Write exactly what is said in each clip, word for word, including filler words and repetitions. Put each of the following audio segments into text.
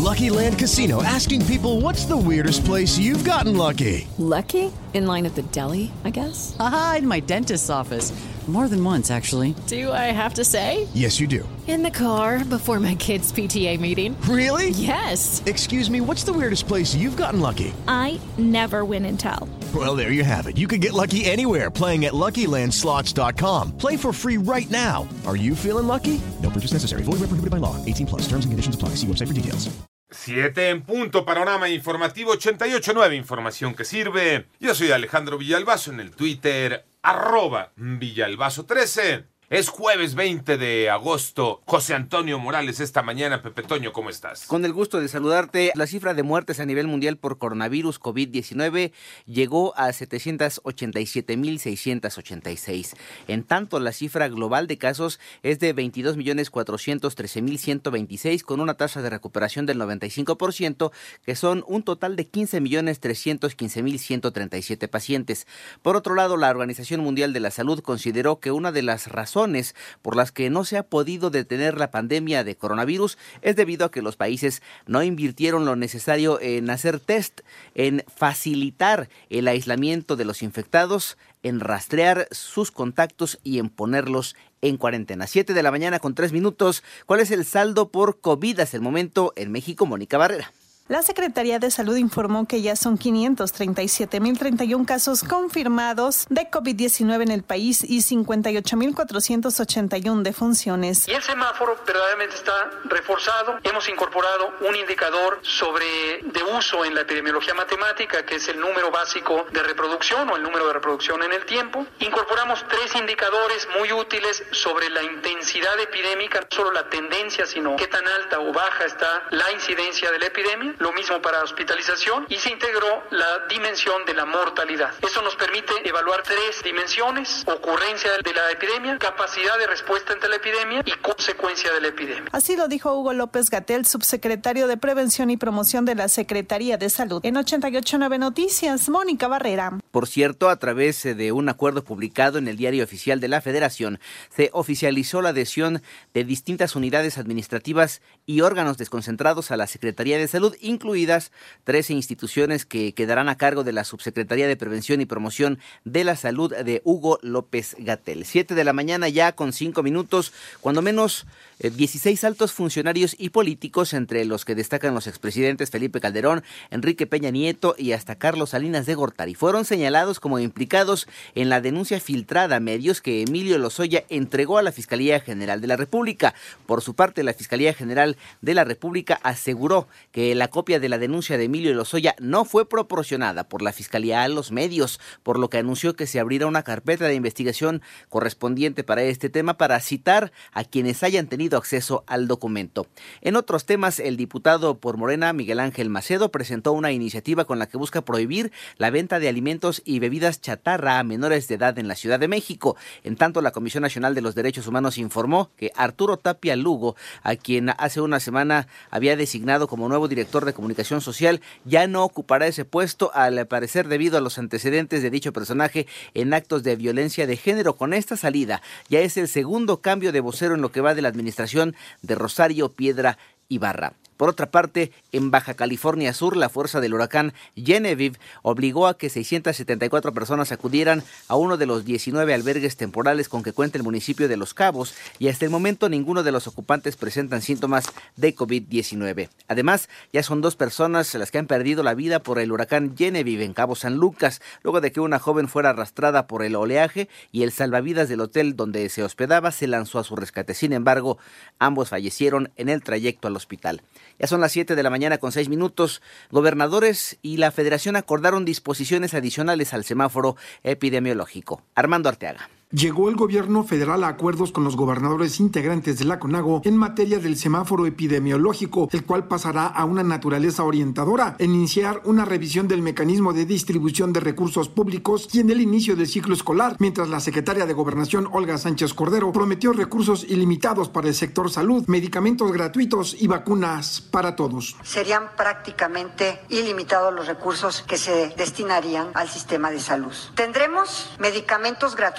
Lucky Land Casino, asking people, what's the weirdest place you've gotten lucky? Lucky? In line at the deli, I guess? Aha, in my dentist's office. More than once, actually. Do I have to say? Yes, you do. In the car before my kids' P T A meeting. Really? Yes. Excuse me, what's the weirdest place you've gotten lucky? I never win and tell. Well, there you have it. You can get lucky anywhere, playing at Lucky Land Slots dot com. Play for free right now. Are you feeling lucky? No purchase necessary. Void where prohibited by law. eighteen plus. Terms and conditions apply. See website for details. Siete en punto, panorama informativo ochenta y ocho punto nueve, información que sirve. Yo soy Alejandro Villalbazo en el Twitter, arroba Villalbazo trece. Es jueves veinte de agosto. José Antonio Morales esta mañana. Pepe Toño, ¿cómo estás? Con el gusto de saludarte. La cifra de muertes a nivel mundial por coronavirus COVID diecinueve llegó a setecientos ochenta y siete mil seiscientos ochenta y seis. En tanto, la cifra global de casos es de veintidós millones cuatrocientos trece mil ciento veintiséis, con una tasa de recuperación del noventa y cinco por ciento, que son un total de quince millones trescientos quince mil ciento treinta y siete pacientes. Por otro lado, la Organización Mundial de la Salud consideró que una de las razones por las que no se ha podido detener la pandemia de coronavirus es debido a que los países no invirtieron lo necesario en hacer test, en facilitar el aislamiento de los infectados, en rastrear sus contactos y en ponerlos en cuarentena. Siete de la mañana con tres minutos. ¿Cuál es el saldo por COVID hasta el momento en México? Mónica Barrera. La Secretaría de Salud informó que ya son quinientos treinta y siete mil treinta y uno casos confirmados de COVID diecinueve en el país y cincuenta y ocho mil cuatrocientos ochenta y uno defunciones. Y el semáforo verdaderamente está reforzado. Hemos incorporado un indicador sobre de uso en la epidemiología matemática, que es el número básico de reproducción o el número de reproducción en el tiempo. Incorporamos tres indicadores muy útiles sobre la intensidad epidémica, no solo la tendencia, sino qué tan alta o baja está la incidencia de la epidemia. Lo mismo para hospitalización, y se integró la dimensión de la mortalidad. Esto nos permite evaluar tres dimensiones: ocurrencia de la epidemia, capacidad de respuesta ante la epidemia y consecuencia de la epidemia. Así lo dijo Hugo López-Gatell, subsecretario de Prevención y Promoción de la Secretaría de Salud. En ochenta y ocho punto nueve Noticias, Mónica Barrera. Por cierto, a través de un acuerdo publicado en el Diario Oficial de la Federación, se oficializó la adhesión de distintas unidades administrativas y órganos desconcentrados a la Secretaría de Salud, incluidas trece instituciones que quedarán a cargo de la Subsecretaría de Prevención y Promoción de la Salud de Hugo López-Gatell. Siete de la mañana ya con cinco minutos, cuando menos eh, dieciséis altos funcionarios y políticos, entre los que destacan los expresidentes Felipe Calderón, Enrique Peña Nieto y hasta Carlos Salinas de Gortari, fueron señalados como implicados en la denuncia filtrada a medios que Emilio Lozoya entregó a la Fiscalía General de la República. Por su parte, la Fiscalía General de la República aseguró que la copia de la denuncia de Emilio Lozoya no fue proporcionada por la Fiscalía a los medios, por lo que anunció que se abrirá una carpeta de investigación correspondiente para este tema para citar a quienes hayan tenido acceso al documento. En otros temas, el diputado por Morena, Miguel Ángel Macedo, presentó una iniciativa con la que busca prohibir la venta de alimentos y bebidas chatarra a menores de edad en la Ciudad de México. En tanto, la Comisión Nacional de los Derechos Humanos informó que Arturo Tapia Lugo, a quien hace una semana había designado como nuevo director de comunicación social, ya no ocupará ese puesto, al parecer debido a los antecedentes de dicho personaje en actos de violencia de género. Con esta salida ya es el segundo cambio de vocero en lo que va de la administración de Rosario Piedra Ibarra. Por otra parte, en Baja California Sur, la fuerza del huracán Genevieve obligó a que seiscientas setenta y cuatro personas acudieran a uno de los diecinueve albergues temporales con que cuenta el municipio de Los Cabos, y hasta el momento ninguno de los ocupantes presentan síntomas de COVID diecinueve. Además, ya son dos personas las que han perdido la vida por el huracán Genevieve en Cabo San Lucas, luego de que una joven fuera arrastrada por el oleaje y el salvavidas del hotel donde se hospedaba se lanzó a su rescate. Sin embargo, ambos fallecieron en el trayecto al hospital. Ya son las siete de la mañana con seis minutos. Gobernadores y la Federación acordaron disposiciones adicionales al semáforo epidemiológico. Armando Arteaga. Llegó el gobierno federal a acuerdos con los gobernadores integrantes de la CONAGO en materia del semáforo epidemiológico, el cual pasará a una naturaleza orientadora, en iniciar una revisión del mecanismo de distribución de recursos públicos y en el inicio del ciclo escolar, mientras la secretaria de Gobernación, Olga Sánchez Cordero, prometió recursos ilimitados para el sector salud, medicamentos gratuitos y vacunas para todos. Serían prácticamente ilimitados los recursos que se destinarían al sistema de salud. Tendremos medicamentos gratuitos,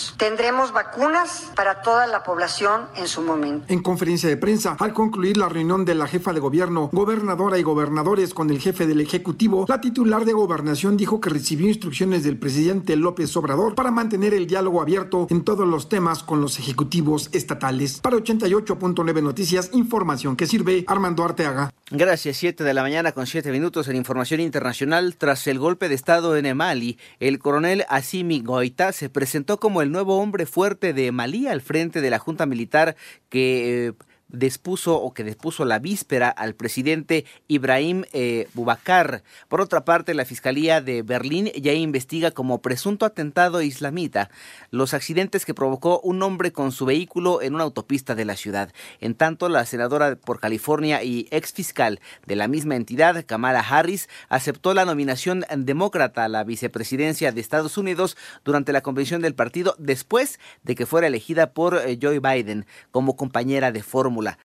años. Tendremos vacunas para toda la población en su momento. En conferencia de prensa, al concluir la reunión de la jefa de gobierno, gobernadora y gobernadores con el jefe del Ejecutivo, la titular de Gobernación dijo que recibió instrucciones del presidente López Obrador para mantener el diálogo abierto en todos los temas con los ejecutivos estatales. Para ochenta y ocho punto nueve Noticias, información que sirve, Armando Arteaga. Gracias, siete de la mañana con siete minutos en información internacional. Tras el golpe de estado en Mali, el coronel Assimi Goïta se presentó como el nuevo hombre fuerte de Malí al frente de la junta militar que eh, despuso o que despuso la víspera al presidente Ibrahim eh, Boubacar. Por otra parte, la Fiscalía de Berlín ya investiga como presunto atentado islamita los accidentes que provocó un hombre con su vehículo en una autopista de la ciudad. En tanto, la senadora por California y ex fiscal de la misma entidad, Kamala Harris, aceptó la nominación demócrata a la vicepresidencia de Estados Unidos durante la convención del partido después de que fuera elegida por Joe Biden como compañera de fórmula.